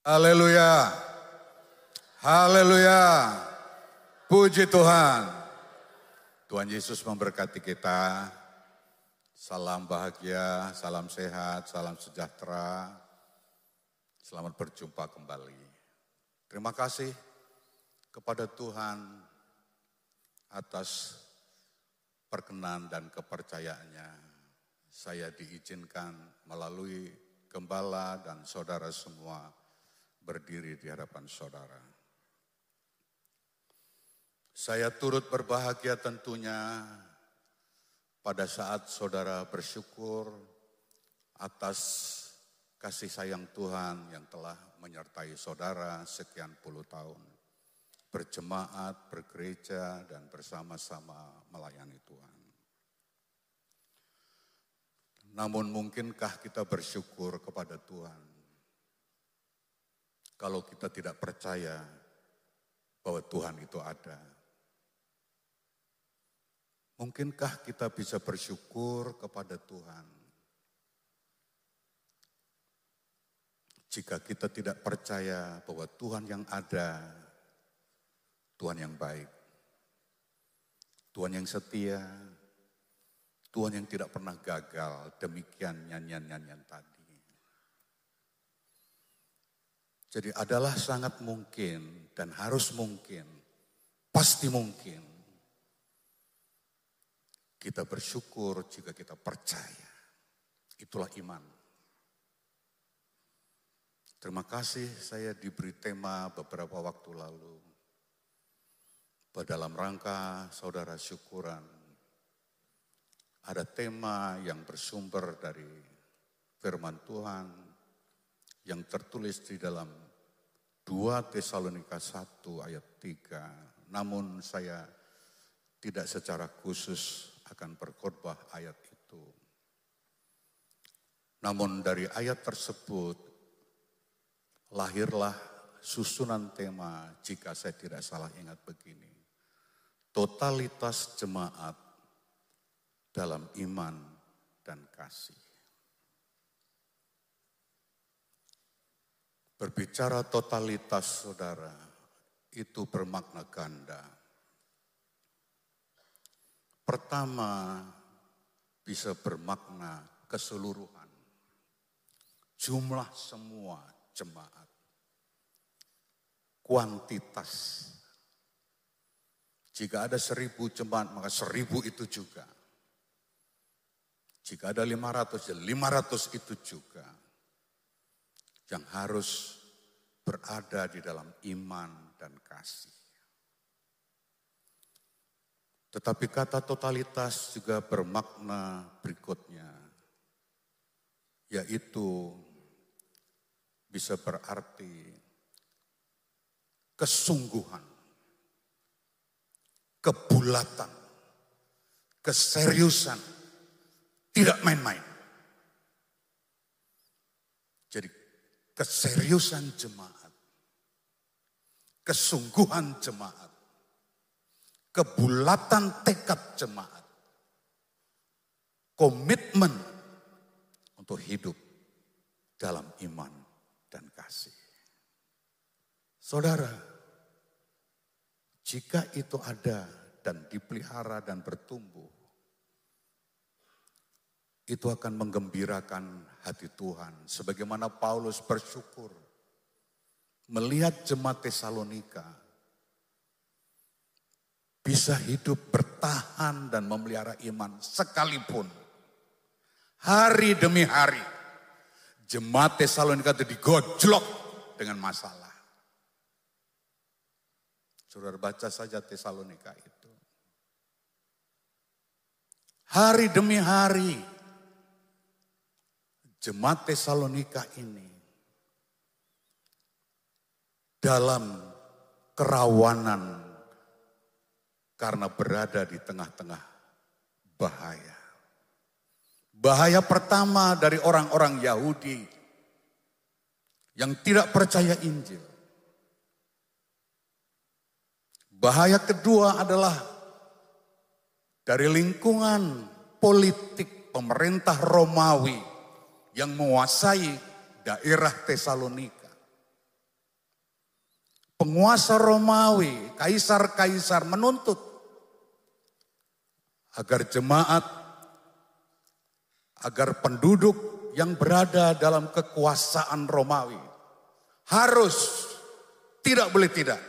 Haleluya. Haleluya. Puji Tuhan. Tuhan Yesus memberkati kita. Salam bahagia, salam sehat, salam sejahtera. Selamat berjumpa kembali. Terima kasih kepada Tuhan atas perkenan dan kepercayaannya. Saya diizinkan melalui gembala dan saudara semua berdiri di hadapan saudara. Saya turut berbahagia tentunya pada saat saudara bersyukur atas kasih sayang Tuhan yang telah menyertai saudara sekian puluh tahun. Berjemaat, bergereja, dan bersama-sama melayani Tuhan. Namun mungkinkah kita bersyukur kepada Tuhan kalau kita tidak percaya bahwa Tuhan itu ada? Mungkinkah kita bisa bersyukur kepada Tuhan jika kita tidak percaya bahwa Tuhan yang ada, Tuhan yang baik, Tuhan yang setia, Tuhan yang tidak pernah gagal, demikian nyanyian-nyanyian tadi. Jadi adalah sangat mungkin dan harus mungkin, pasti mungkin kita bersyukur jika kita percaya. Itulah iman. Terima kasih saya diberi tema beberapa waktu lalu. Dalam rangka saudara syukuran. Ada tema yang bersumber dari firman Tuhan yang tertulis di dalam 2 Tesalonika 1 ayat 3. Namun saya tidak secara khusus akan berkhotbah ayat itu. Namun dari ayat tersebut lahirlah susunan tema, jika saya tidak salah ingat begini. Totalitas jemaat dalam iman dan kasih. Berbicara totalitas saudara, itu bermakna ganda. Pertama, bisa bermakna keseluruhan. Jumlah semua jemaat. Kuantitas. Jika ada 1000 jemaat, maka 1000 itu juga. Jika ada 500, ya 500 itu juga. Yang harus berada di dalam iman dan kasih. Tetapi kata totalitas juga bermakna berikutnya, yaitu bisa berarti kesungguhan, kebulatan, keseriusan, tidak main-main. Jadi keseriusan jemaat, kesungguhan jemaat, kebulatan tekad jemaat, komitmen untuk hidup dalam iman dan kasih. Saudara, jika itu ada dan dipelihara dan bertumbuh, itu akan menggembirakan hati Tuhan. Sebagaimana Paulus bersyukur melihat jemaat Tesalonika bisa hidup bertahan dan memelihara iman sekalipun hari demi hari jemaat Tesalonika itu digojlok dengan masalah. Saudara baca saja Tesalonika itu. Hari demi hari jemaat Tesalonika ini dalam kerawanan karena berada di tengah-tengah bahaya. Bahaya pertama dari orang-orang Yahudi yang tidak percaya Injil. Bahaya kedua adalah dari lingkungan politik pemerintah Romawi yang menguasai daerah Tesalonika. penguasa Romawi, kaisar-kaisar menuntut agar jemaat, agar penduduk yang berada dalam kekuasaan Romawi harus, tidak boleh tidak,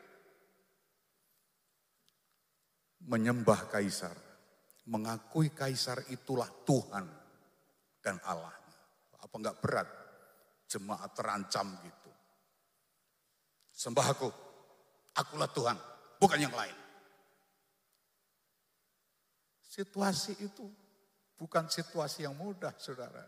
menyembah kaisar, mengakui kaisar itulah Tuhan dan Allah. Apa enggak berat jemaat terancam gitu? Sembah aku, akulah Tuhan, bukan yang lain. Situasi itu bukan situasi yang mudah, saudara.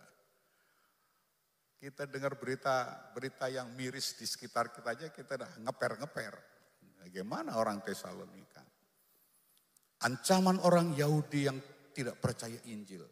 Kita dengar berita yang miris di sekitar kita aja, kita udah ngeper-ngeper. Bagaimana orang Tesalonika? Ancaman orang Yahudi yang tidak percaya Injil.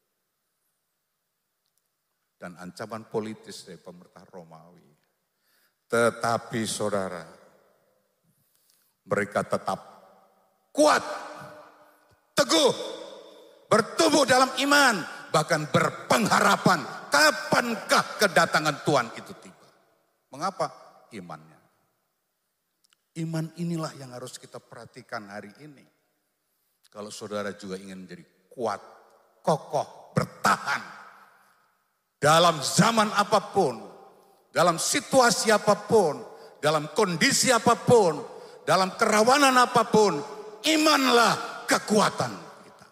Dan ancaman politis dari pemerintah Romawi. Tetapi saudara, mereka tetap kuat, teguh, bertumbuh dalam iman, bahkan berpengharapan kapankah kedatangan Tuhan itu tiba. Mengapa? Imannya. Iman inilah yang harus kita perhatikan hari ini. Kalau saudara juga ingin menjadi kuat, kokoh, bertahan dalam zaman apapun, dalam situasi apapun, dalam kondisi apapun, dalam kerawanan apapun, imanlah kekuatan kita.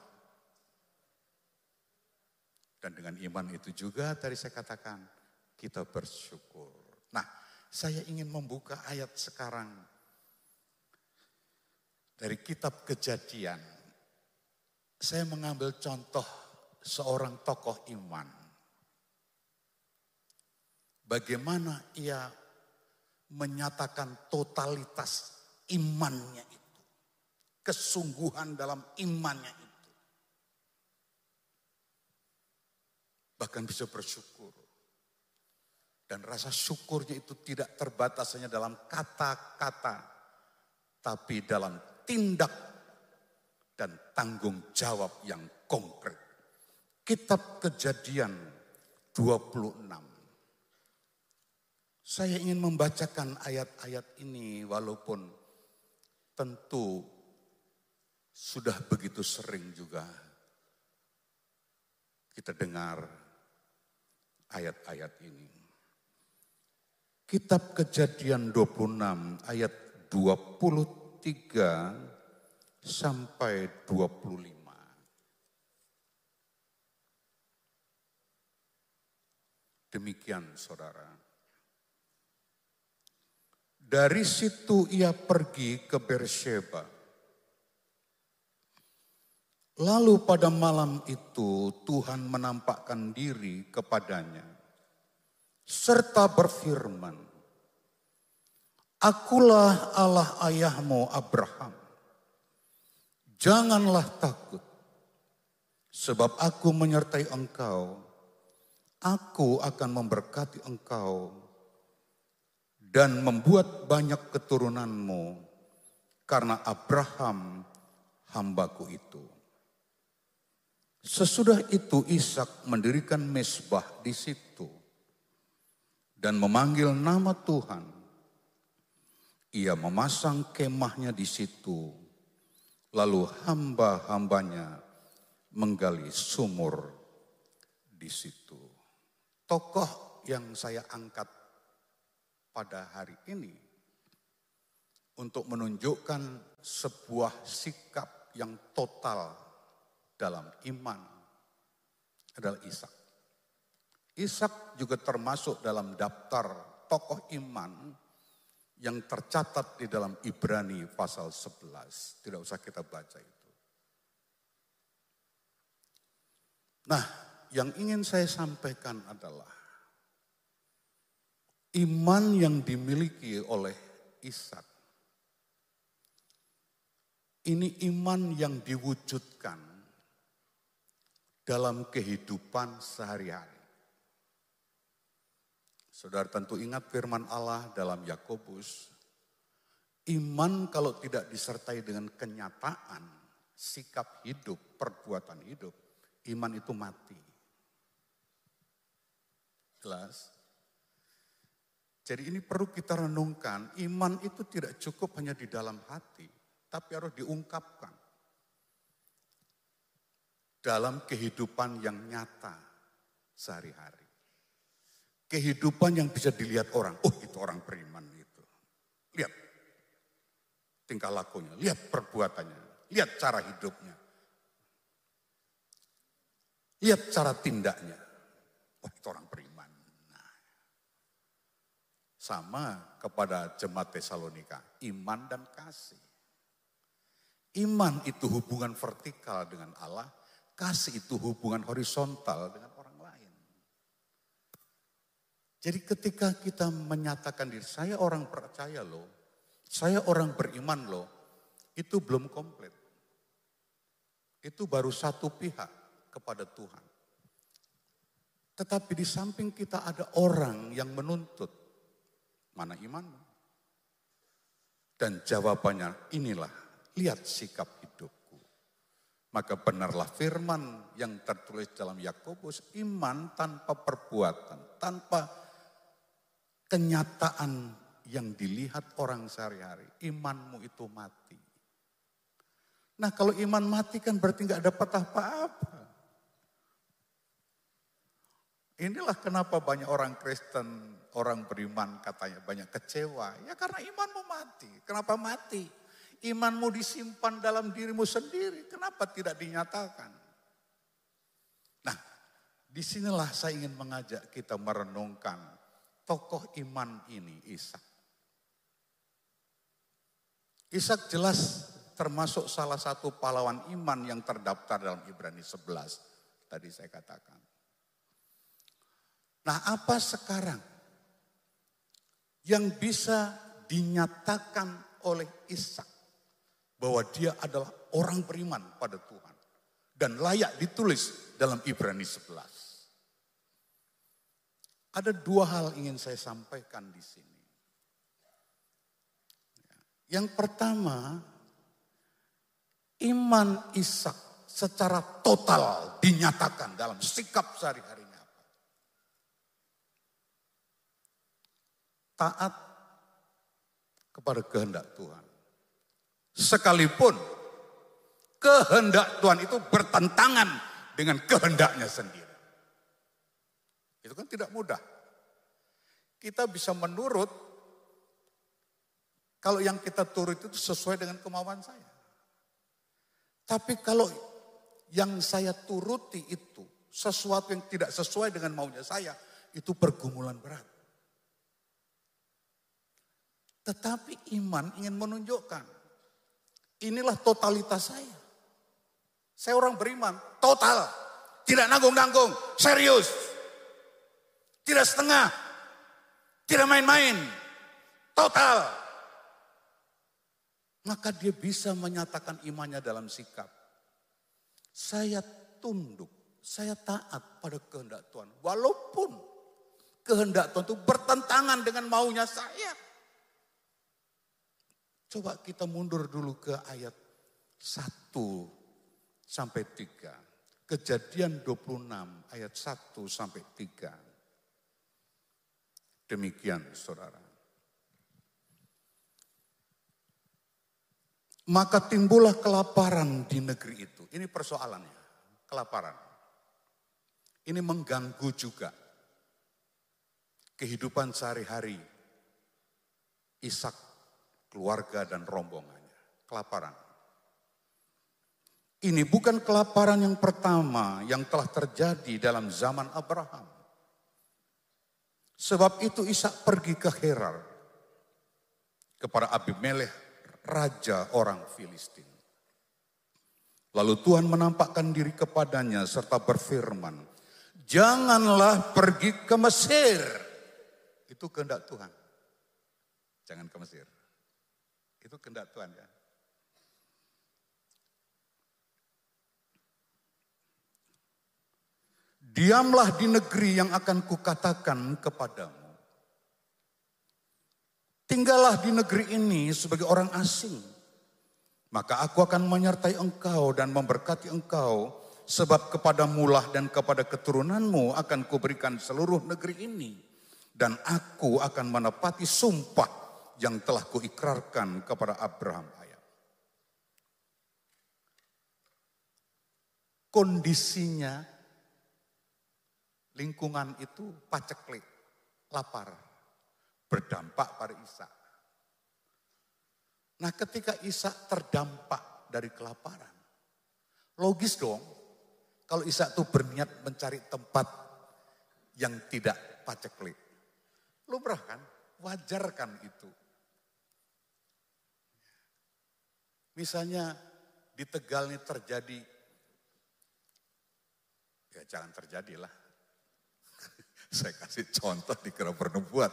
Dan dengan iman itu juga tadi saya katakan, kita bersyukur. Nah, saya ingin membuka ayat sekarang dari kitab Kejadian. Saya mengambil contoh seorang tokoh iman. Bagaimana ia menyatakan totalitas imannya itu. Kesungguhan dalam imannya itu. Bahkan bisa bersyukur. Dan rasa syukurnya itu tidak terbatas hanya dalam kata-kata. Tapi dalam tindak dan tanggung jawab yang konkret. Kitab Kejadian 26. Saya ingin membacakan ayat-ayat ini walaupun tentu sudah begitu sering juga kita dengar ayat-ayat ini. Kitab Kejadian 26 ayat 23 sampai 25. Demikian saudara. Dari situ ia pergi ke Beersheba. Lalu pada malam itu Tuhan menampakkan diri kepadanya. Serta berfirman, Akulah Allah ayahmu Abraham. Janganlah takut, sebab aku menyertai engkau. Aku akan memberkati engkau dan membuat banyak keturunanmu karena Abraham hambaku itu. Sesudah itu Ishak mendirikan mezbah di situ dan memanggil nama Tuhan. Ia memasang kemahnya di situ. Lalu hamba-hambanya menggali sumur di situ. Tokoh yang saya angkat pada hari ini untuk menunjukkan sebuah sikap yang total dalam iman adalah Ishak. Ishak juga termasuk dalam daftar tokoh iman yang tercatat di dalam Ibrani pasal 11. Tidak usah kita baca itu. Nah, yang ingin saya sampaikan adalah iman yang dimiliki oleh Ishak. Ini iman yang diwujudkan dalam kehidupan sehari-hari. Saudara tentu ingat firman Allah dalam Yakobus, iman kalau tidak disertai dengan kenyataan, sikap hidup, perbuatan hidup, iman itu mati. Jelas? Jadi ini perlu kita renungkan, iman itu tidak cukup hanya di dalam hati, tapi harus diungkapkan dalam kehidupan yang nyata sehari-hari. Kehidupan yang bisa dilihat orang, oh itu orang beriman itu. Lihat tingkah lakunya, lihat perbuatannya, lihat cara hidupnya. Lihat cara tindaknya, oh itu orang beriman. Sama kepada jemaat Tesalonika, iman dan kasih. Iman itu hubungan vertikal dengan Allah, kasih itu hubungan horizontal dengan orang lain. Jadi ketika kita menyatakan diri, saya orang percaya loh, saya orang beriman loh, itu belum komplit. Itu baru satu pihak kepada Tuhan. Tetapi di samping kita ada orang yang menuntut, mana imanmu? Dan jawabannya inilah, lihat sikap hidupku. Maka benarlah firman yang tertulis dalam Yakobus, iman tanpa perbuatan, tanpa kenyataan yang dilihat orang sehari-hari, imanmu itu mati. Nah kalau iman mati kan berarti gak dapat apa-apa. Inilah kenapa banyak orang Kristen, orang beriman katanya banyak kecewa. Ya karena imanmu mati. Kenapa mati? Imanmu disimpan dalam dirimu sendiri. Kenapa tidak dinyatakan? Nah, disinilah saya ingin mengajak kita merenungkan tokoh iman ini, Ishak. Ishak jelas termasuk salah satu pahlawan iman yang terdaftar dalam Ibrani 11. Tadi saya katakan. Nah, apa sekarang yang bisa dinyatakan oleh Ishak bahwa dia adalah orang beriman pada Tuhan dan layak ditulis dalam Ibrani 11? Ada dua hal ingin saya sampaikan di sini. Yang pertama, iman Ishak secara total dinyatakan dalam sikap sehari-harinya. Taat kepada kehendak Tuhan. Sekalipun kehendak Tuhan itu bertentangan dengan kehendaknya sendiri. Itu kan tidak mudah. Kita bisa menurut kalau yang kita turut itu sesuai dengan kemauan saya. Tapi kalau yang saya turuti itu sesuatu yang tidak sesuai dengan maunya saya, itu pergumulan berat. Tetapi iman ingin menunjukkan, inilah totalitas saya. Saya orang beriman, total. Tidak nanggung-nanggung, serius. Tidak setengah, tidak main-main, total. Maka dia bisa menyatakan imannya dalam sikap. Saya tunduk, saya taat pada kehendak Tuhan. Walaupun kehendak Tuhan itu bertentangan dengan maunya saya. Coba kita mundur dulu ke ayat 1 sampai 3. Kejadian 26 ayat 1 sampai 3. Demikian saudara. Maka timbullah kelaparan di negeri itu. Ini persoalannya, kelaparan. Ini mengganggu juga kehidupan sehari-hari Ishak, keluarga dan rombongannya. Kelaparan. Ini bukan kelaparan yang pertama yang telah terjadi dalam zaman Abraham. Sebab itu Ishak pergi ke Gerar kepada Abimelekh, raja orang Filistin. Lalu Tuhan menampakkan diri kepadanya serta berfirman, janganlah pergi ke Mesir. Itu kehendak Tuhan. Jangan ke Mesir. Itu kehendak Tuhan ya. Diamlah di negeri yang akan kukatakan kepadamu. Tinggallah di negeri ini sebagai orang asing. Maka aku akan menyertai engkau dan memberkati engkau. Sebab kepadamulah dan kepada keturunanmu akan kuberikan seluruh negeri ini. Dan aku akan menepati sumpah yang telah kuikrarkan kepada Abraham ayah. Kondisinya, lingkungan itu paceklik, lapar, berdampak pada Ishak. Nah, ketika Ishak terdampak dari kelaparan, logis dong kalau Ishak itu berniat mencari tempat yang tidak paceklik. Lumrah kan? Wajar kan itu. Misalnya di Tegal ini terjadi, ya jangan terjadilah. Saya kasih contoh dikira bernubuat.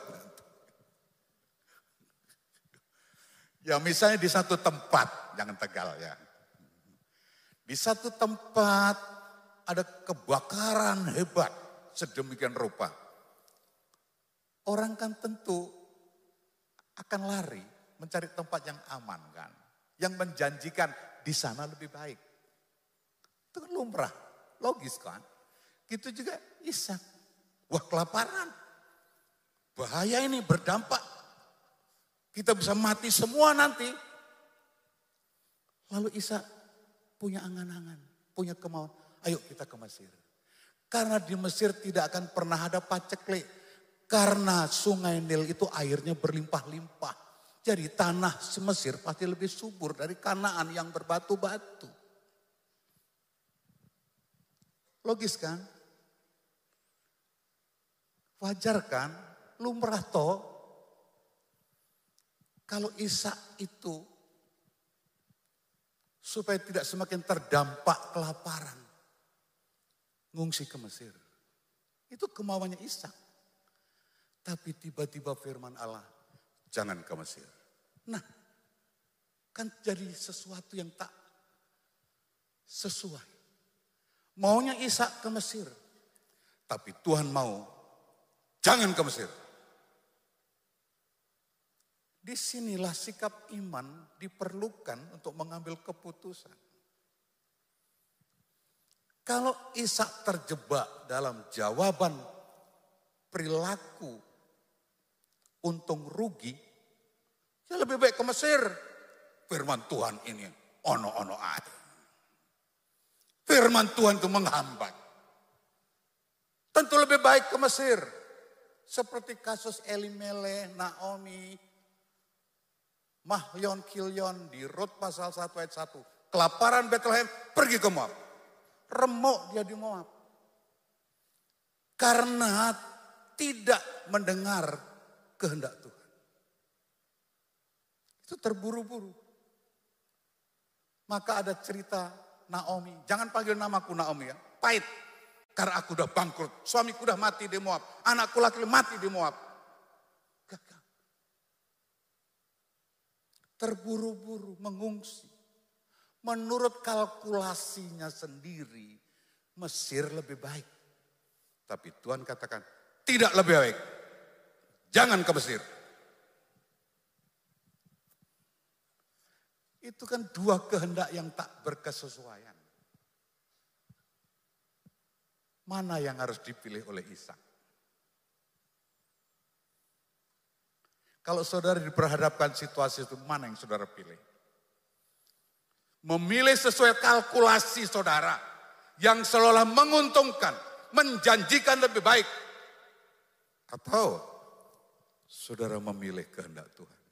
Ya misalnya di satu tempat, jangan Tegal ya. Di satu tempat ada kebakaran hebat sedemikian rupa. Orang kan tentu akan lari mencari tempat yang aman kan. Yang menjanjikan di sana lebih baik. Itu kan lumrah, logis kan. Gitu juga Ishak. Wah kelaparan, bahaya ini berdampak. Kita bisa mati semua nanti. Lalu Ishak punya angan-angan, punya kemauan. Ayo kita ke Mesir. Karena di Mesir tidak akan pernah ada paceklik. Karena sungai Nil itu airnya berlimpah-limpah. Jadi tanah Mesir pasti lebih subur dari Kanaan yang berbatu-batu. Logis kan? Wajar kan? Lumrah toh. Kalau Ishak itu supaya tidak semakin terdampak kelaparan, ngungsi ke Mesir. Itu kemauannya Ishak. Tapi tiba-tiba firman Allah, jangan ke Mesir. Nah, kan jadi sesuatu yang tak sesuai. Maunya Ishak ke Mesir. Tapi Tuhan mau, jangan ke Mesir. Disinilah sikap iman diperlukan untuk mengambil keputusan. Kalau Ishak terjebak dalam jawaban perilaku untung rugi, ya lebih baik ke Mesir. Firman Tuhan ini ono-ono aja. Firman Tuhan itu menghambat. Tentu lebih baik ke Mesir. Seperti kasus Elimelech, Naomi, Mahlon, Kilion di Rut pasal 1 ayat 1. Kelaparan Bethlehem, pergi ke Moab. Remuk dia di Moab. Karena tidak mendengar kehendak Tuhan. Itu terburu-buru. Maka ada cerita Naomi. Jangan panggil namaku Naomi ya. Pahit. Karena aku udah bangkrut. Suamiku udah mati di Moab. Anakku laki mati di Moab. Gagal. Terburu-buru mengungsi. Menurut kalkulasinya sendiri, Mesir lebih baik. Tapi Tuhan katakan, tidak lebih baik. Jangan ke Mesir. Itu kan dua kehendak yang tak berkesesuaian. Mana yang harus dipilih oleh Ishak? Kalau saudara diperhadapkan situasi itu, mana yang saudara pilih? Memilih sesuai kalkulasi saudara yang seolah menguntungkan, menjanjikan lebih baik. Atau saudara memilih kehendak Tuhan.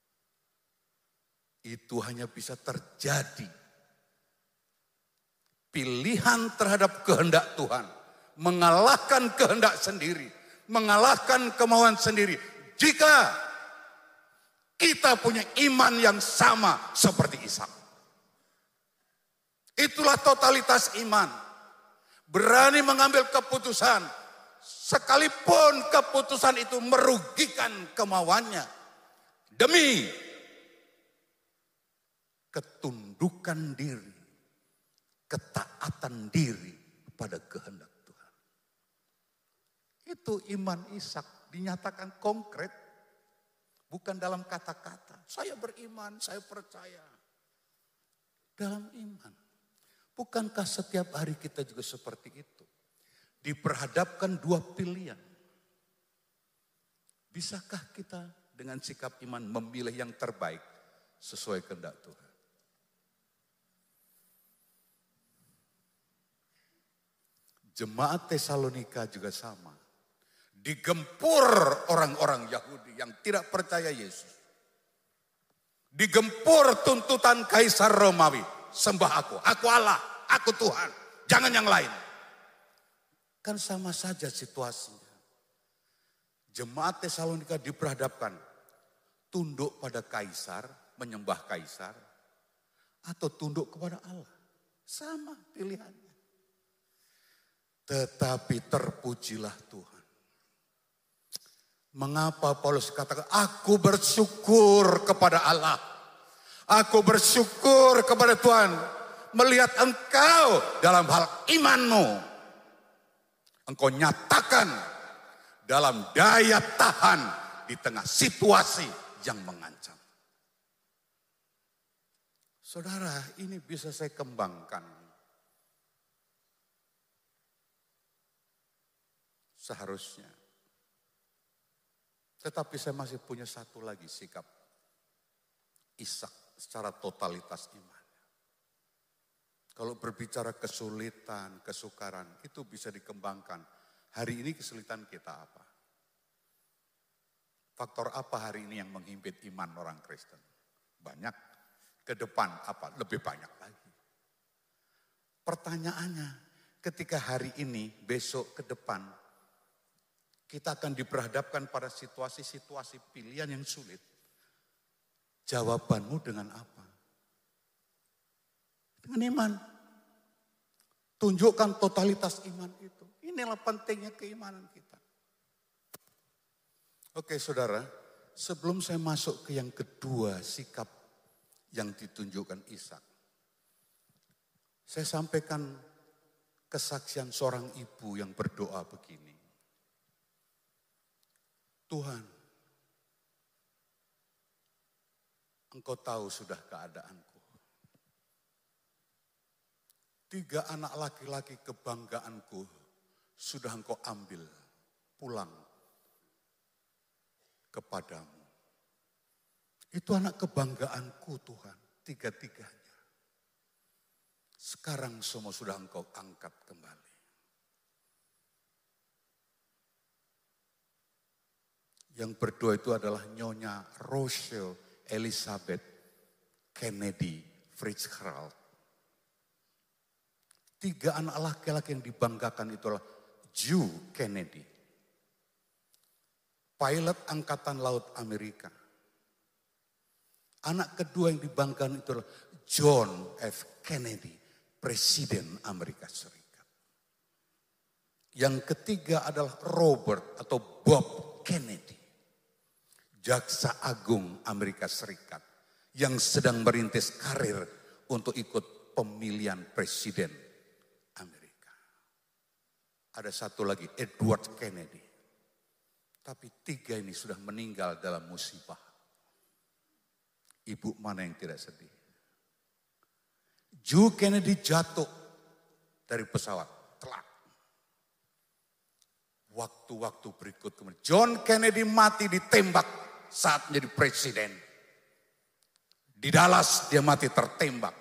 Itu hanya bisa terjadi. Pilihan terhadap kehendak Tuhan. Mengalahkan kehendak sendiri. Mengalahkan kemauan sendiri. Jika kita punya iman yang sama seperti Ishak. Itulah totalitas iman. Berani mengambil keputusan. Sekalipun keputusan itu merugikan kemauannya. Demi ketundukan diri. Ketaatan diri pada kehendak Tuhan. Itu iman Ishak dinyatakan konkret. Bukan dalam kata-kata. Saya beriman, saya percaya. Dalam iman. Bukankah setiap hari kita juga seperti itu? Diperhadapkan dua pilihan. Bisakah kita dengan sikap iman memilih yang terbaik sesuai kehendak Tuhan? Jemaat Tesalonika juga sama. Digempur orang-orang Yahudi yang tidak percaya Yesus. Digempur tuntutan Kaisar Romawi. Sembah aku Allah, aku Tuhan, jangan yang lain. Kan sama saja situasinya. Jemaat Tesalonika diperhadapkan tunduk pada Kaisar, menyembah Kaisar, atau tunduk kepada Allah. Sama pilihannya. Tetapi terpujilah Tuhan. Mengapa Paulus katakan, aku bersyukur kepada Allah. Aku bersyukur kepada Tuhan. Melihat engkau dalam hal imanmu. Engkau nyatakan dalam daya tahan di tengah situasi yang mengancam. Saudara, ini bisa saya kembangkan. Seharusnya. Tetapi saya masih punya satu lagi sikap Ishak secara totalitas iman. Kalau berbicara kesulitan, kesukaran, itu bisa dikembangkan. Hari ini kesulitan kita apa? Faktor apa hari ini yang menghimpit iman orang Kristen? Banyak. Ke depan apa? Lebih banyak lagi. Pertanyaannya, ketika hari ini, besok, ke depan, kita akan diperhadapkan pada situasi-situasi pilihan yang sulit. Jawabanmu dengan apa? Dengan iman. Tunjukkan totalitas iman itu. Inilah pentingnya keimanan kita. Oke saudara, sebelum saya masuk ke yang kedua sikap yang ditunjukkan Ishak. Saya sampaikan kesaksian seorang ibu yang berdoa begini. Tuhan, Engkau tahu sudah keadaanku. 3 anak laki-laki kebanggaanku sudah Engkau ambil pulang kepadamu. Itu anak kebanggaanku Tuhan, 3-tiganya. Sekarang semua sudah Engkau angkat kembali. Yang berdoa itu adalah Nyonya Rochelle Elizabeth Kennedy Fitzgerald. 3 anak laki-laki yang dibanggakan itu adalah Joe Kennedy, pilot Angkatan Laut Amerika. Anak kedua yang dibanggakan itu adalah John F. Kennedy, Presiden Amerika Serikat. Yang ketiga adalah Robert atau Bob Kennedy, Jaksa Agung Amerika Serikat yang sedang merintis karir untuk ikut pemilihan presiden Amerika. Ada satu lagi, Edward Kennedy. Tapi 3 ini sudah meninggal dalam musibah. Ibu mana yang tidak sedih? Joe Kennedy jatuh dari pesawat, telak. Waktu-waktu berikut kemudian John Kennedy mati ditembak saat menjadi presiden. Di Dallas dia mati tertembak.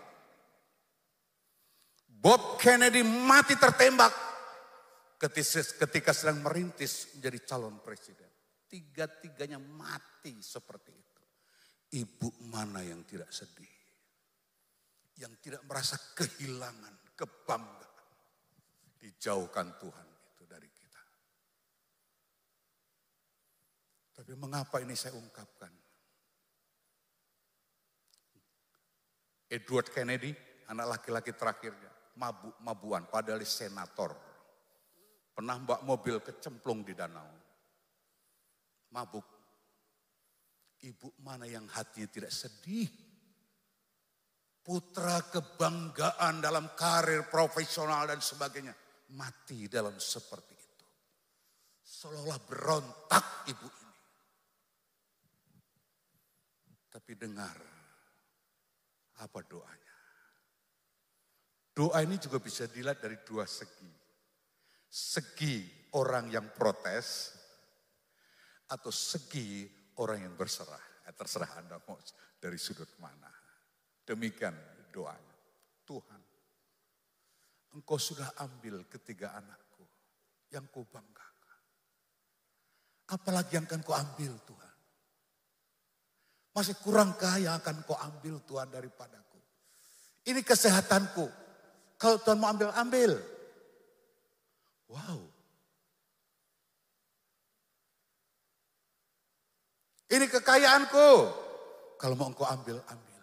Bob Kennedy mati tertembak ketika sedang merintis menjadi calon presiden. 3-tiganya mati seperti itu. Ibu mana yang tidak sedih? Yang tidak merasa kehilangan, kebanggaan. Dijauhkan Tuhan itu dari kita. Tapi mengapa ini saya ungkapkan? Edward Kennedy, anak laki-laki terakhirnya, mabuk-mabuan, padahal senator. Pernah bawa mobil kecemplung di danau. Mabuk. Ibu mana yang hatinya tidak sedih? Putra kebanggaan dalam karir profesional dan sebagainya. Mati dalam seperti itu. Seolah-olah berontak ibu ini. Tapi dengar apa doanya. Doa ini juga bisa dilihat dari 2 segi. Segi orang yang protes atau segi orang yang berserah. Terserah Anda mau dari sudut mana. Demikian doanya. Tuhan, Engkau sudah ambil ketiga anakku yang Kau banggakan. Apalagi yang akan Kau ambil Tuhan? Masih kurangkah yang akan Kau ambil Tuhan daripadaku? Ini kesehatanku. Kalau Tuhan mau ambil, ambil. Wow. Ini kekayaanku. Kalau mau Engkau ambil, ambil.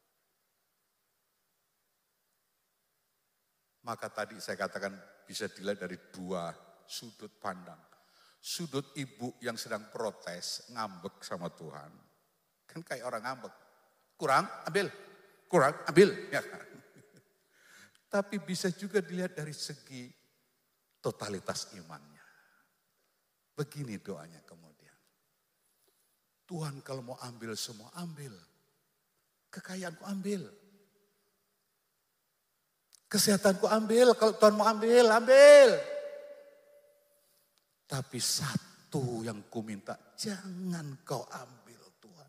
Maka tadi saya katakan bisa dilihat dari dua sudut pandang. Sudut ibu yang sedang protes, ngambek sama Tuhan. Kan kayak orang ngambek. Kurang, ambil. Kurang, ambil. Ya kan? Tapi bisa juga dilihat dari segi totalitas imannya. Begini doanya kemudian. Tuhan kalau mau ambil semua, ambil. Kekayaanku ambil. Kesehatanku ambil, kalau Tuhan mau ambil, ambil. Tapi satu yang ku minta, jangan kau ambil Tuhan.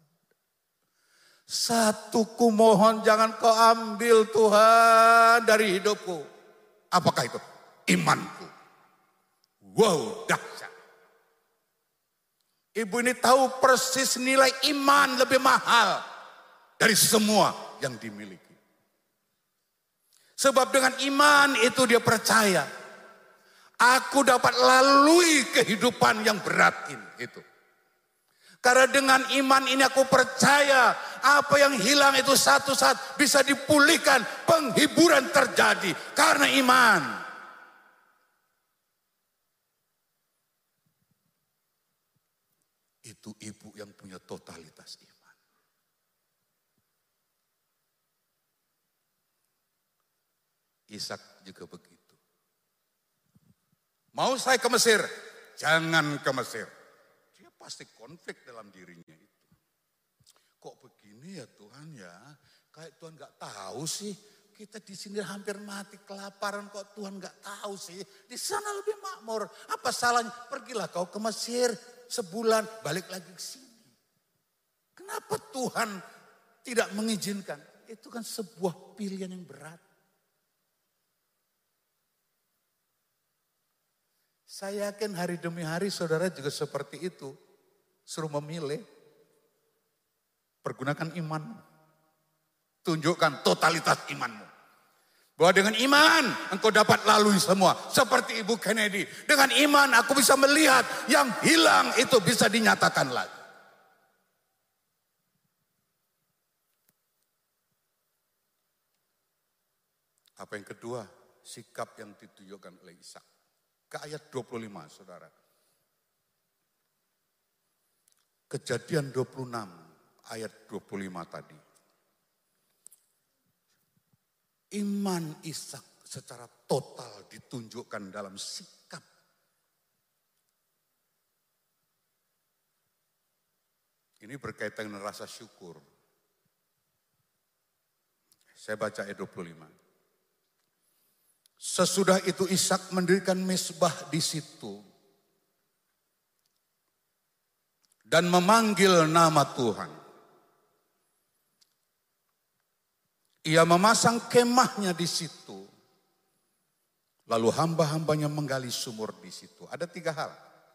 Satu ku mohon, jangan kau ambil Tuhan dari hidupku. Apakah itu? Imanku. Wow, dahsyat. Ibu ini tahu persis nilai iman lebih mahal dari semua yang dimiliki. Sebab dengan iman itu dia percaya. Aku dapat lalui kehidupan yang berat ini. Itu. Karena dengan iman ini aku percaya apa yang hilang itu satu saat bisa dipulihkan. Penghiburan terjadi karena iman. Itu ibu yang punya totalitas iman. Ishak juga begitu. Mau saya ke Mesir? Jangan ke Mesir. Dia pasti konflik dalam dirinya itu. Kok begini ya Tuhan ya? Kayak Tuhan gak tahu sih. Kita di sini hampir mati kelaparan, kok Tuhan gak tahu sih. Di sana lebih makmur. Apa salahnya? Pergilah kau ke Mesir. Sebulan balik lagi ke sini. Kenapa Tuhan tidak mengizinkan? Itu kan sebuah pilihan yang berat. Saya yakin hari demi hari saudara juga seperti itu. Suruh memilih. Pergunakan iman. Tunjukkan totalitas imanmu. Bahwa dengan iman engkau dapat lalui semua. Seperti Ibu Kennedy. Dengan iman aku bisa melihat yang hilang itu bisa dinyatakan lagi. Apa yang kedua? Sikap yang ditunjukkan oleh Ishak. Ke ayat 25 saudara. Kejadian 26 ayat 25 tadi. Iman Ishak secara total ditunjukkan dalam sikap. Ini berkaitan dengan rasa syukur. Saya baca ayat 25. Sesudah itu Ishak mendirikan mezbah di situ. Dan memanggil nama Tuhan. Ia memasang kemahnya di situ. Lalu hamba-hambanya menggali sumur di situ. Ada 3 hal.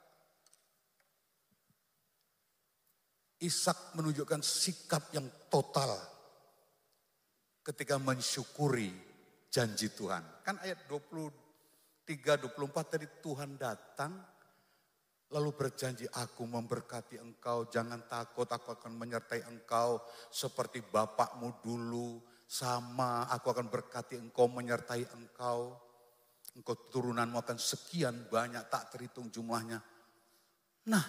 Ishak menunjukkan sikap yang total ketika mensyukuri janji Tuhan. Kan ayat 23-24 tadi Tuhan datang lalu berjanji, aku memberkati engkau, jangan takut, aku akan menyertai engkau seperti bapakmu dulu. Sama, aku akan berkati engkau, menyertai engkau. Engkau turunanmu akan sekian banyak, tak terhitung jumlahnya. Nah,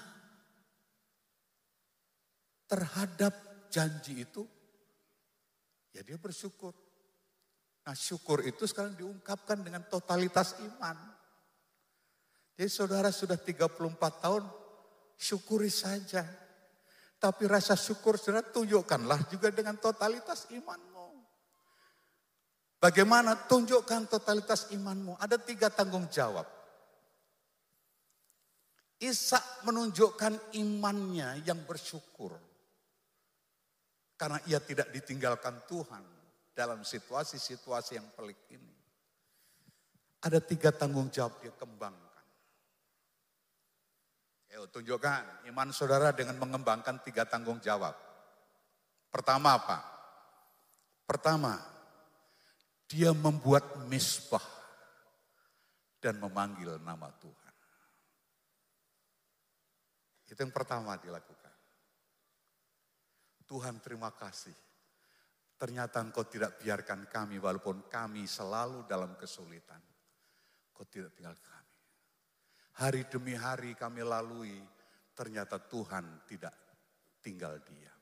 terhadap janji itu, ya dia bersyukur. Nah syukur itu sekarang diungkapkan dengan totalitas iman. Jadi saudara sudah 34 tahun, syukuri saja. Tapi rasa syukur saudara tunjukkanlah juga dengan totalitas imanmu. Bagaimana? Tunjukkan totalitas imanmu. Ada 3 tanggung jawab. Ishak menunjukkan imannya yang bersyukur. Karena ia tidak ditinggalkan Tuhan dalam situasi-situasi yang pelik ini. Ada 3 tanggung jawab dia kembangkan. Ayo tunjukkan iman saudara dengan mengembangkan 3 tanggung jawab. Pertama apa? Pertama, dia membuat mezbah dan memanggil nama Tuhan. Itu yang pertama dilakukan. Tuhan terima kasih. Ternyata Engkau tidak biarkan kami walaupun kami selalu dalam kesulitan. Engkau tidak tinggal kami. Hari demi hari kami lalui, ternyata Tuhan tidak tinggal diam.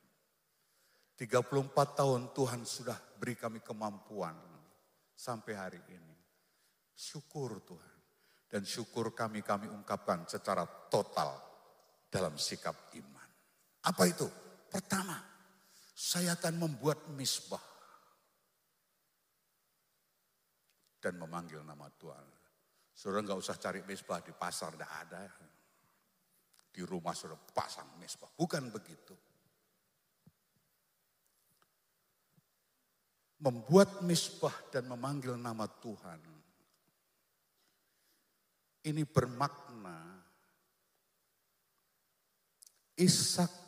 34 tahun Tuhan sudah beri kami kemampuan sampai hari ini. Syukur Tuhan. Dan syukur kami ungkapkan secara total dalam sikap iman. Apa itu? Pertama, saya akan membuat mezbah dan memanggil nama Tuhan. Saudara nggak usah cari mezbah di pasar, tidak ada. Di rumah saudara pasang mezbah, bukan begitu. Membuat mezbah dan memanggil nama Tuhan, ini bermakna Ishak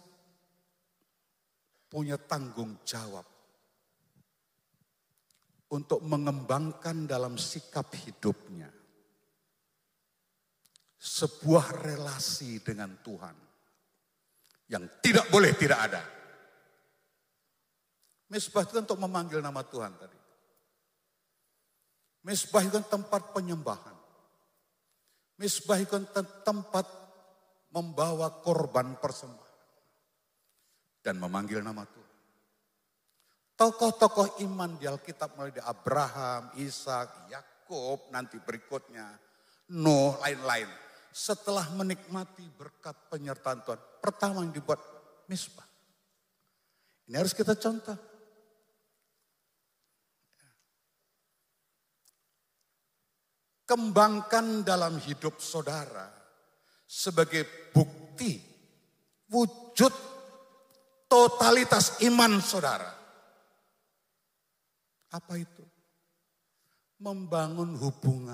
punya tanggung jawab untuk mengembangkan dalam sikap hidupnya sebuah relasi dengan Tuhan yang tidak boleh tidak ada. Mezbah itu kan untuk memanggil nama Tuhan tadi. Mezbah itu kan tempat penyembahan. Mezbah itu kan tempat membawa korban persembahan dan memanggil nama Tuhan. Tokoh-tokoh iman di Alkitab mulai dari Abraham, Ishak, Yakub, nanti berikutnya Nuh, lain-lain. Setelah menikmati berkat penyertaan Tuhan, pertama yang dibuat mezbah. Ini harus kita contoh. Kembangkan dalam hidup saudara sebagai bukti wujud totalitas iman saudara. Apa itu? Membangun hubungan,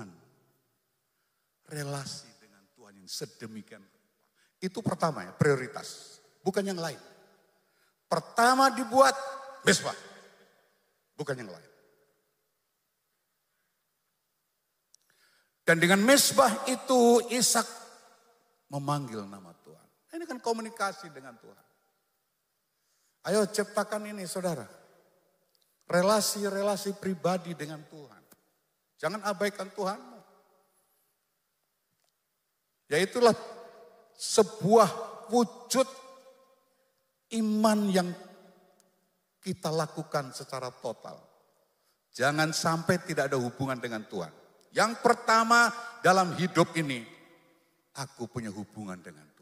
relasi dengan Tuhan yang sedemikian. Itu pertama ya, prioritas. Bukan yang lain. Pertama dibuat mezbah, bukan yang lain. Dan dengan mezbah itu Ishak memanggil nama Tuhan. Ini kan komunikasi dengan Tuhan. Ayo ciptakan ini saudara. Relasi-relasi pribadi dengan Tuhan. Jangan abaikan Tuhanmu. Yaitulah sebuah wujud iman yang kita lakukan secara total. Jangan sampai tidak ada hubungan dengan Tuhan. Yang pertama dalam hidup ini, aku punya hubungan dengan Tuhan.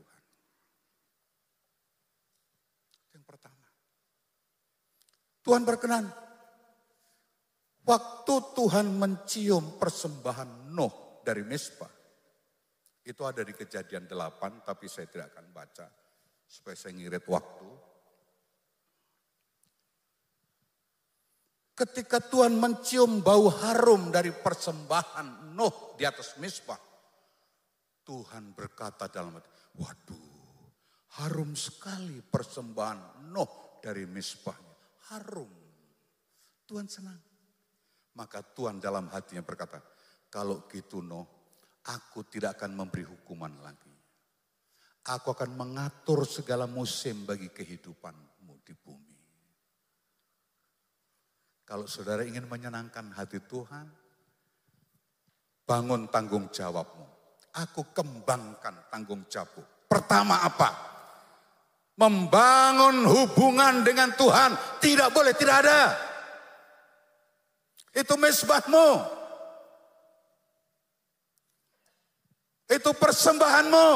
Yang pertama. Tuhan berkenan. Waktu Tuhan mencium persembahan Nuh dari mezbah. Itu ada di Kejadian 8, tapi saya tidak akan baca. Supaya saya ngirit waktu. Ketika Tuhan mencium bau harum dari persembahan Nuh di atas mezbah. Tuhan berkata dalam hati, waduh, harum sekali persembahan Nuh dari mezbahnya. Harum. Tuhan senang. Maka Tuhan dalam hatinya berkata, kalau gitu Nuh, aku tidak akan memberi hukuman lagi. Aku akan mengatur segala musim bagi kehidupanmu di bumi. Kalau saudara ingin menyenangkan hati Tuhan, bangun tanggung jawabmu. Aku kembangkan tanggung jawabku. Pertama apa? Membangun hubungan dengan Tuhan. Tidak boleh tidak ada. Itu mezbahmu. Itu persembahanmu.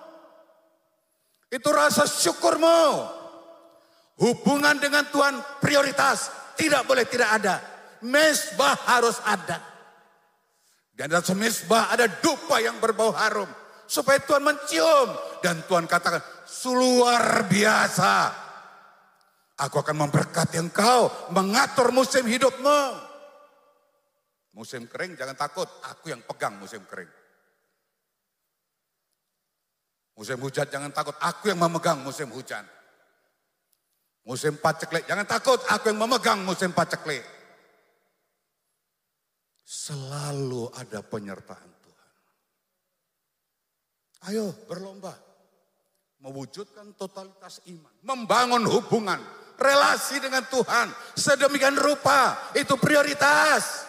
Itu rasa syukurmu. Hubungan dengan Tuhan prioritas. Tidak boleh tidak ada. Mezbah harus ada. Dan dalam mezbah ada dupa yang berbau harum. Supaya Tuhan mencium. Dan Tuhan katakan, luar biasa. Aku akan memberkati engkau, mengatur musim hidupmu. Musim kering jangan takut, aku yang pegang musim kering. Musim hujan jangan takut, aku yang memegang musim hujan. Musim paceklik jangan takut, aku yang memegang musim paceklik. Selalu ada penyertaan Tuhan. Ayo berlomba. Mewujudkan totalitas iman. Membangun hubungan, relasi dengan Tuhan. Sedemikian rupa, itu prioritas.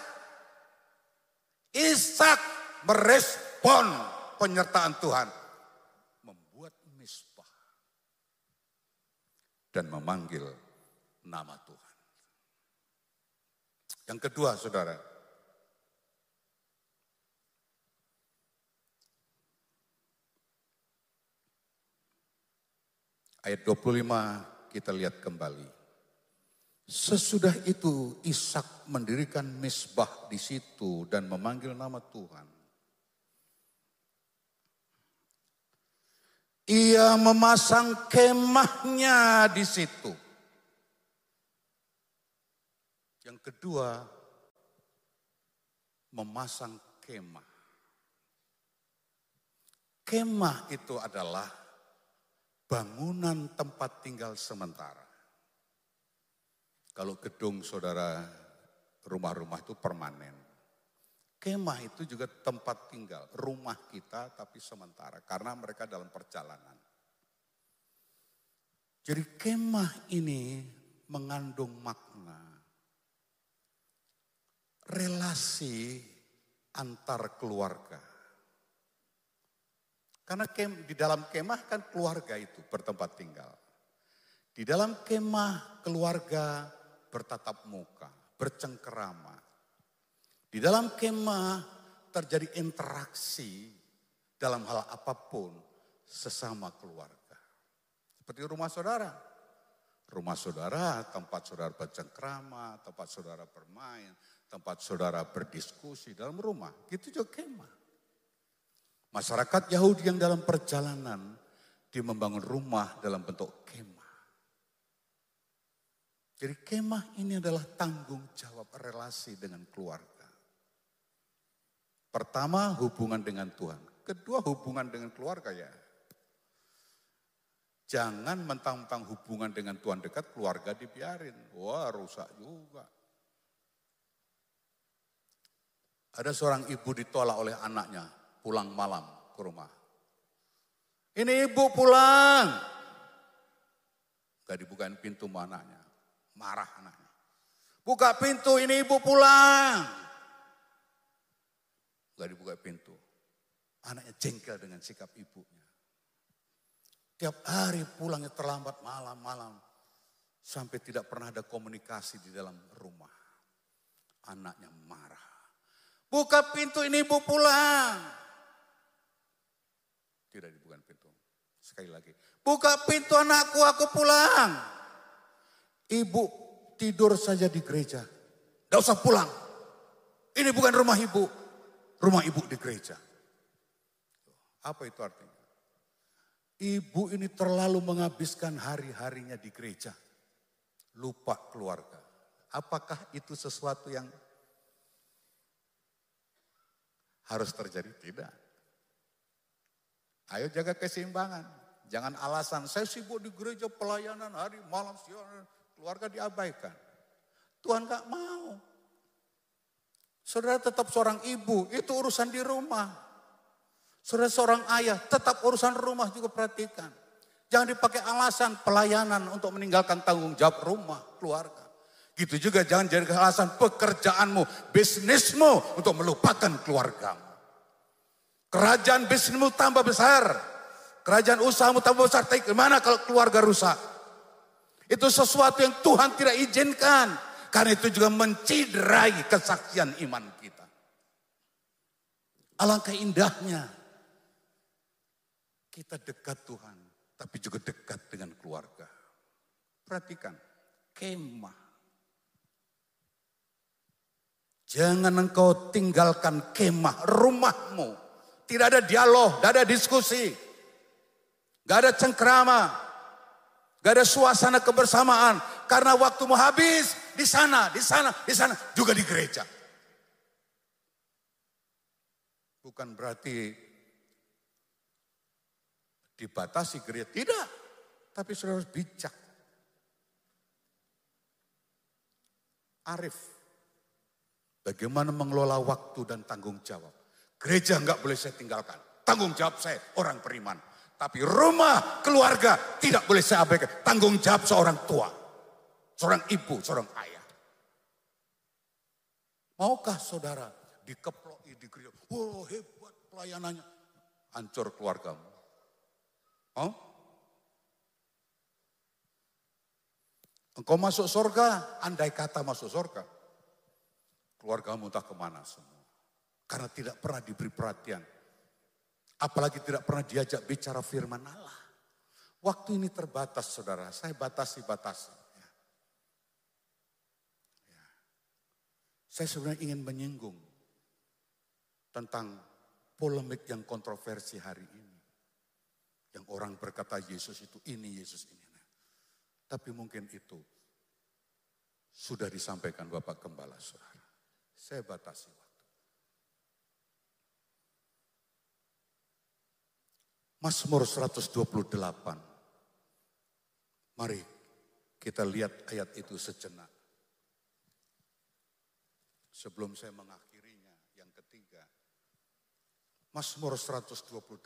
Ishak merespon penyertaan Tuhan. Membuat misbah. Dan memanggil nama Tuhan. Yang kedua saudara. Ayat 25 kita lihat kembali. Sesudah itu Ishak mendirikan misbah di situ dan memanggil nama Tuhan. Ia memasang kemahnya di situ. Yang kedua, memasang kemah. Kemah itu adalah bangunan tempat tinggal sementara. Kalau gedung saudara, rumah-rumah itu permanen. Kemah itu juga tempat tinggal, rumah kita tapi sementara. Karena mereka dalam perjalanan. Jadi kemah ini mengandung makna. Relasi antar keluarga. Karena di dalam kemah kan keluarga itu bertempat tinggal. Di dalam kemah keluarga bertatap muka, bercengkerama. Di dalam kemah terjadi interaksi dalam hal apapun sesama keluarga. Seperti rumah saudara. Rumah saudara, tempat saudara bercengkerama, tempat saudara bermain, tempat saudara berdiskusi dalam rumah. Gitu juga kemah. Masyarakat Yahudi yang dalam perjalanan, dia membangun rumah dalam bentuk kemah. Jadi kemah ini adalah tanggung jawab relasi dengan keluarga. Pertama hubungan dengan Tuhan. Kedua hubungan dengan keluarga ya. Jangan mentang-mentang hubungan dengan Tuhan dekat, keluarga dibiarin. Wah rusak juga. Ada seorang ibu ditolak oleh anaknya. Pulang malam ke rumah. Ini ibu pulang. Gak dibukain pintu sama anaknya. Marah anaknya. Buka pintu, ini ibu pulang. Gak dibuka pintu. Anaknya jengkel dengan sikap ibunya. Tiap hari pulangnya terlambat malam-malam. Sampai tidak pernah ada komunikasi di dalam rumah. Anaknya marah. Buka pintu, ini ibu pulang. Tidak dibuka pintu. Sekali lagi. Buka pintu anakku, aku pulang. Ibu tidur saja di gereja. Tidak usah pulang. Ini bukan rumah ibu. Rumah ibu di gereja. Apa itu artinya? Ibu ini terlalu menghabiskan hari-harinya di gereja. Lupa keluarga. Apakah itu sesuatu yang harus terjadi? Tidak. Ayo jaga keseimbangan. Jangan alasan, saya sibuk di gereja pelayanan hari, malam, siang, keluarga diabaikan. Tuhan gak mau. Saudara tetap seorang ibu, itu urusan di rumah. Saudara seorang ayah, tetap urusan rumah juga perhatikan. Jangan dipakai alasan pelayanan untuk meninggalkan tanggung jawab rumah, keluarga. Gitu juga jangan jadi alasan pekerjaanmu, bisnismu untuk melupakan keluargamu. Kerajaan bisnismu tambah besar. Kerajaan usahamu tambah besar. Tapi gimana kalau keluarga rusak? Itu sesuatu yang Tuhan tidak izinkan. Karena itu juga menciderai kesaksian iman kita. Alangkah indahnya. Kita dekat Tuhan. Tapi juga dekat dengan keluarga. Perhatikan. Kemah. Jangan engkau tinggalkan kemah rumahmu Tidak ada dialog, tidak ada diskusi. Tidak ada cengkrama. Tidak ada suasana kebersamaan. Karena waktu mau habis di sana, di sana, di sana. Juga di gereja. Bukan berarti dibatasi gereja. Tidak. Tapi saudara harus bijak. Arif. Bagaimana mengelola waktu dan tanggung jawab. Gereja enggak boleh saya tinggalkan. Tanggung jawab saya orang beriman. Tapi rumah, keluarga tidak boleh saya abaikan. Tanggung jawab seorang tua. Seorang ibu, seorang ayah. Maukah saudara dikeploi di gereja? Oh hebat pelayanannya. Hancur keluargamu. Oh? Engkau masuk surga, andai kata masuk surga. Keluargamu entah kemana semua. Karena tidak pernah diberi perhatian. Apalagi tidak pernah diajak bicara firman Allah. Waktu ini terbatas saudara, saya batasi. Ya. Saya sebenarnya ingin menyinggung tentang polemik yang kontroversi hari ini. Yang orang berkata Yesus itu ini, Yesus ini. Tapi mungkin itu sudah disampaikan Bapak Gembala saudara. Saya batasi waktu. Mazmur 128. Mari kita lihat ayat itu sejenak. Sebelum saya mengakhirinya yang ketiga. Mazmur 128.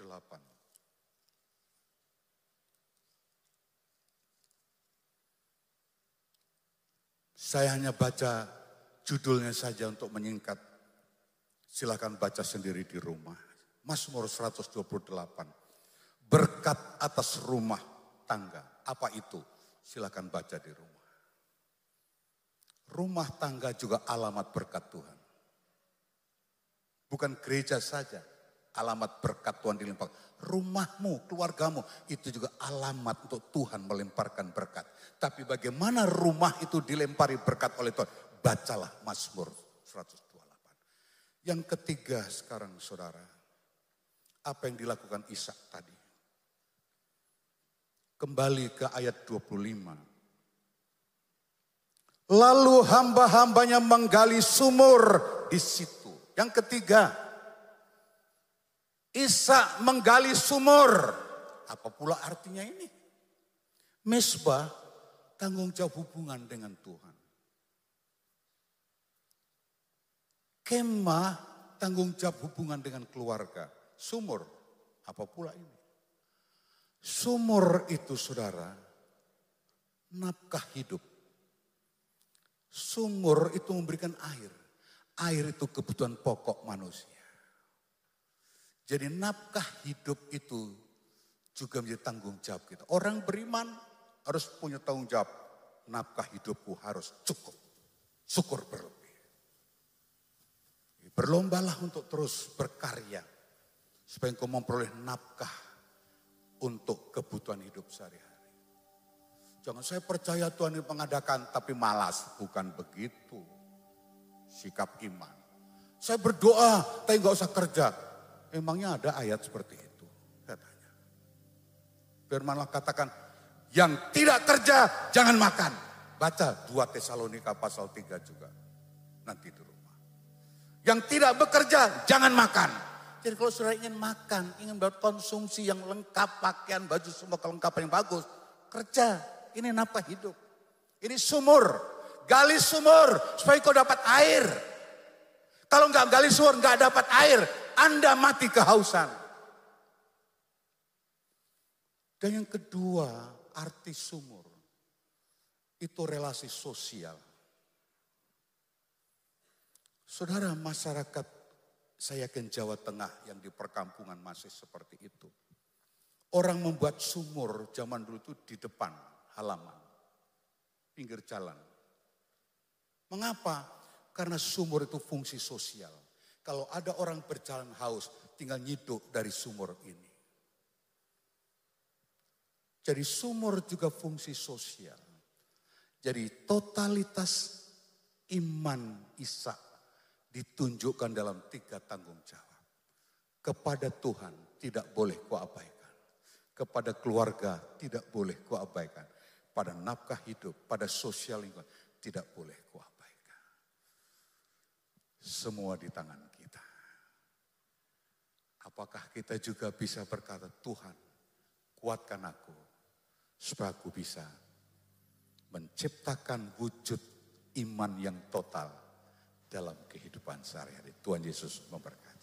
Saya hanya baca judulnya saja untuk menyingkat. Silakan baca sendiri di rumah. Mazmur 128. Berkat atas rumah tangga. Apa itu? Silakan baca di rumah. Rumah tangga juga alamat berkat Tuhan. Bukan gereja saja. Alamat berkat Tuhan dilimpahkan. Rumahmu, keluargamu, itu juga alamat untuk Tuhan melemparkan berkat. Tapi bagaimana rumah itu dilempari berkat oleh Tuhan? Bacalah Mazmur 128. Yang ketiga sekarang saudara. Apa yang dilakukan Ishak tadi? Kembali ke ayat 25. Lalu hamba-hambanya menggali sumur di situ. Yang ketiga, Ishak menggali sumur. Apa pula artinya ini? Mezbah, tanggung jawab hubungan dengan Tuhan. Kemah, tanggung jawab hubungan dengan keluarga. Sumur, apa pula ini? Sumur itu saudara, nafkah hidup. Sumur itu memberikan air. Air itu kebutuhan pokok manusia. Jadi nafkah hidup itu juga menjadi tanggung jawab kita. Orang beriman harus punya tanggung jawab. Nafkah hidupku harus cukup. Syukur berlebih. Berlombalah untuk terus berkarya. Supaya engkau memperoleh nafkah untuk kebutuhan hidup sehari-hari. Jangan saya percaya Tuhan ini mengadakan tapi malas. Bukan begitu sikap iman. Saya berdoa tapi gak usah kerja. Emangnya ada ayat seperti itu katanya. Firman Allah katakan yang tidak kerja jangan makan. Baca 2 Tesalonika pasal 3 juga. Nanti di rumah. Yang tidak bekerja jangan makan. Jadi kalau saudara ingin makan, ingin berkonsumsi yang lengkap, pakaian, baju, semua kelengkapan yang bagus. Kerja, ini nafkah hidup. Ini sumur, gali sumur supaya kau dapat air. Kalau nggak gali sumur, nggak dapat air, Anda mati kehausan. Dan yang kedua, arti sumur, itu relasi sosial. Saudara, masyarakat saya yakin Jawa Tengah yang di perkampungan masih seperti itu. Orang membuat sumur zaman dulu itu di depan halaman, pinggir jalan. Mengapa? Karena sumur itu fungsi sosial. Kalau ada orang berjalan haus, tinggal nyiduk dari sumur ini. Jadi sumur juga fungsi sosial. Jadi totalitas iman Ishak ditunjukkan dalam 3 tanggung jawab. Kepada Tuhan tidak boleh kuabaikan. Kepada keluarga tidak boleh kuabaikan. Pada nafkah hidup, pada sosial lingkungan tidak boleh kuabaikan. Semua di tangan kita. Apakah kita juga bisa berkata, Tuhan kuatkan aku supaya aku bisa menciptakan wujud iman yang total dalam kehidupan sehari-hari. Tuhan Yesus memberkati.